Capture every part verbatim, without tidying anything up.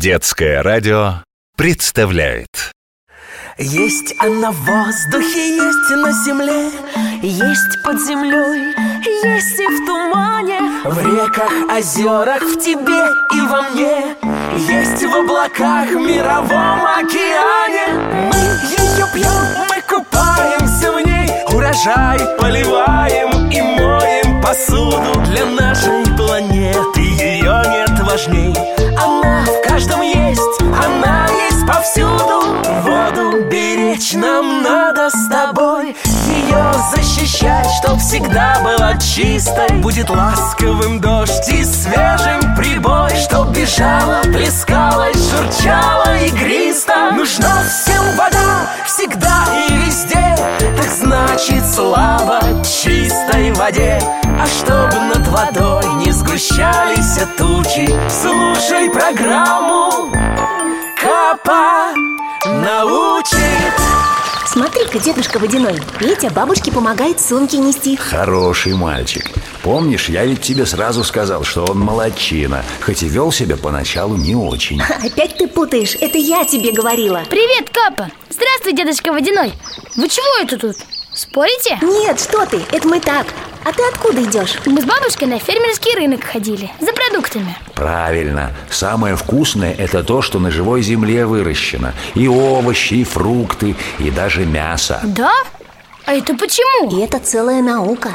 Детское радио представляет. Есть она в воздухе, есть на земле, есть под землей, есть и в тумане, в реках, озерах, в тебе и во мне, есть в облаках, в мировом океане. Мы ее пьем, мы купаемся в ней, урожай поливаем и моем посуду. Для нашей планеты ее нет важней. Она в каждом есть, она есть повсюду. Воду беречь нам надо с тобой, ее защищать, чтоб всегда была чистой. Будет ласковым дождь и свежим прибой, чтоб бежала, плескалась, журчала игристо. Нужна всем вода, всегда и везде, так значит слава чистой воде. А чтоб над водой не сгущались тучи, слушай программу «Капа научит». Смотри-ка, дедушка Водяной, Петя бабушке помогает сумки нести. Хороший мальчик. Помнишь, я ведь тебе сразу сказал, что он молодчина, хоть и вел себя поначалу не очень. Опять ты путаешь, это я тебе говорила. Привет, Капа. Здравствуй, дедушка Водяной. Вы чего это тут? Спорите? Нет, что ты, это мы так. А ты откуда идешь? Мы с бабушкой на фермерский рынок ходили за продуктами. Правильно. Самое вкусное – это то, что на живой земле выращено. И овощи, и фрукты, и даже мясо. Да? А это почему? И это целая наука.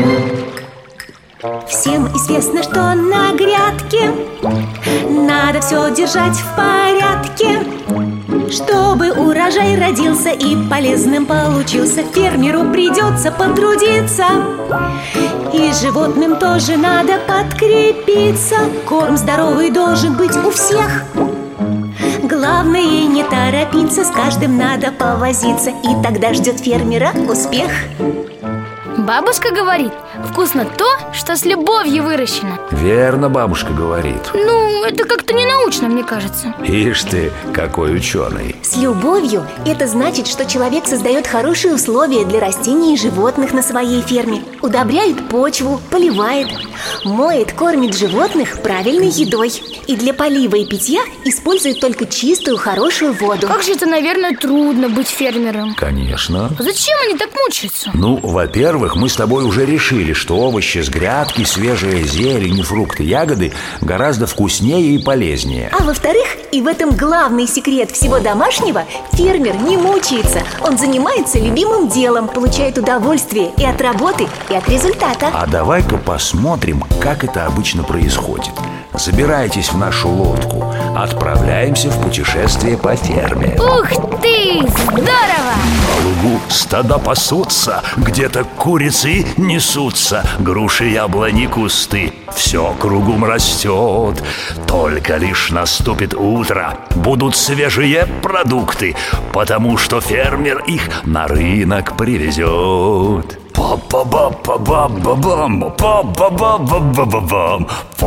Всем известно, что на грядке надо все держать в порядке, чтобы урожай родился и полезным получился. Фермеру придется потрудиться, и животным тоже надо подкрепиться. Корм здоровый должен быть у всех. Главное не торопиться, с каждым надо повозиться, и тогда ждет фермера успех. Бабушка говорит, вкусно то, что с любовью выращено. Верно бабушка говорит. Ну, это как-то не научно, мне кажется. Ишь ты, какой ученый. С любовью это значит, что человек создает хорошие условия для растений и животных на своей ферме, удобряет почву, поливает, моет, кормит животных правильной едой, и для полива и питья использует только чистую, хорошую воду. Как же это, наверное, трудно быть фермером. Конечно. А зачем они так мучаются? Ну, во-первых, мы с тобой уже решили, что овощи с грядки, свежая зелень, фрукты, ягоды гораздо вкуснее и полезнее. А во-вторых, и в этом главный секрет всего домашнего, фермер не мучается. Он занимается любимым делом, получает удовольствие и от работы, и от результата. А давай-ка посмотрим, как это обычно происходит. Забирайтесь в нашу лодку. Отправляемся в путешествие по ферме. Ух ты, здорово! На лугу стада пасутся, где-то курицы несутся, груши, яблони, кусты. Все кругом растет. Только лишь наступит утро, будут свежие продукты, потому что фермер их на рынок привезет. Па-па-ба-па-ба-ба-бам, па-па-ба-ба-ба-ба-бам,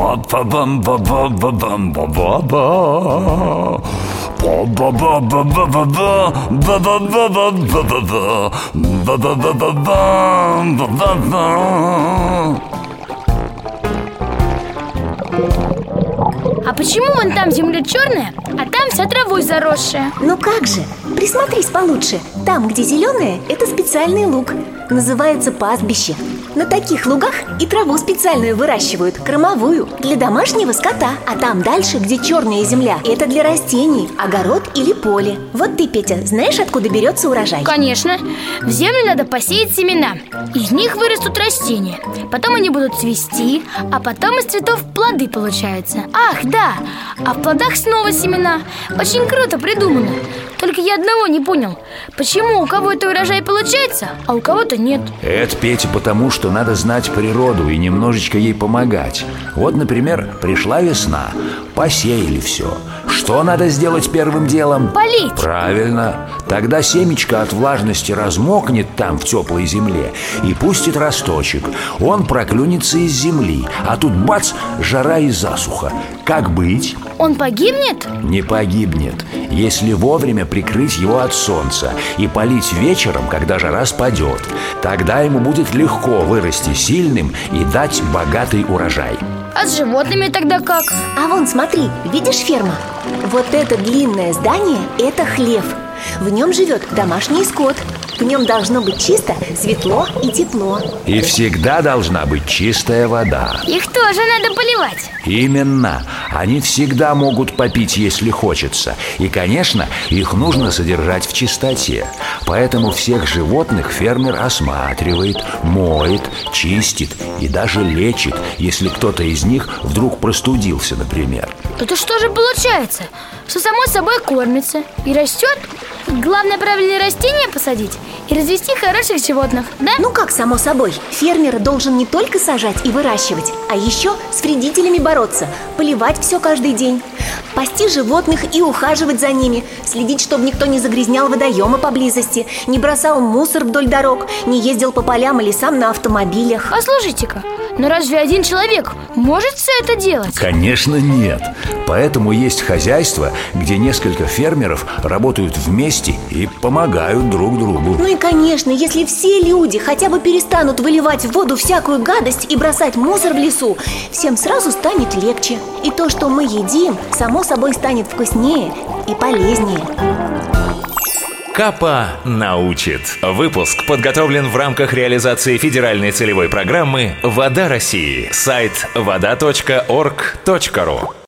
па-па-бам-ба-ба-ба-ба-ба, па-ба-ба-ба-ба-ба-ба, ба-ба-ба-ба-ба-ба-ба, ба-ба-ба-бам-ба-ба-ба. А почему вон там земля черная, а там вся травой заросшая? Ну как же, присмотрись получше. Там, где зеленое, это специальный луг, называется пастбище. На таких лугах и траву специальную выращивают, кормовую, для домашнего скота. А там дальше, где черная земля, это для растений, огород или поле. Вот ты, Петя, знаешь, откуда берется урожай? Конечно. В землю надо посеять семена. Из них вырастут растения. Потом они будут цвести, а потом из цветов плоды получаются. Ах, да, а в плодах снова семена. Очень круто придумано. Только я одного не понял. Почему у кого-то урожай получается, а у кого-то нет? Это, Петя, потому что надо знать природу и немножечко ей помогать. Вот, например, пришла весна, посеяли все. Что надо сделать первым делом? Полить. Правильно. Тогда семечко от влажности размокнет там, в теплой земле, и пустит росточек. Он проклюнется из земли, а тут бац, жара и засуха. Как быть? Он погибнет? Не погибнет, если вовремя прикрыть его от солнца и полить вечером, когда жара спадет. Тогда ему будет легко вырасти сильным и дать богатый урожай. А с животными тогда как? А вон, смотри, видишь ферма? Вот это длинное здание – это хлев. В нем живет домашний скот. В нем должно быть чисто, светло и тепло. И всегда должна быть чистая вода. Их тоже надо поливать. Именно. Они всегда могут попить, если хочется. И, конечно, их нужно содержать в чистоте. Поэтому всех животных фермер осматривает, моет, чистит и даже лечит, если кто-то из них вдруг простудился, например. Это что же получается? Что само собой кормится и растет? Главное, правильные растения посадить и развести хороших животных, да? Ну как, само собой, фермер должен не только сажать и выращивать, а еще с вредителями бороться, поливать все каждый день, пасти животных и ухаживать за ними, следить, чтобы никто не загрязнял водоемы поблизости, не бросал мусор вдоль дорог, не ездил по полям и лесам на автомобилях. Послушайте-ка, но разве один человек может все это делать? Конечно, нет. Поэтому есть хозяйства, где несколько фермеров работают вместе и помогают друг другу. Ну и, конечно, если все люди хотя бы перестанут выливать в воду всякую гадость и бросать мусор в лесу, всем сразу станет легче. И то, что мы едим, само собой станет вкуснее и полезнее. Капа научит. Выпуск подготовлен в рамках реализации федеральной целевой программы «Вода России». Сайт вода точка орг точка ру.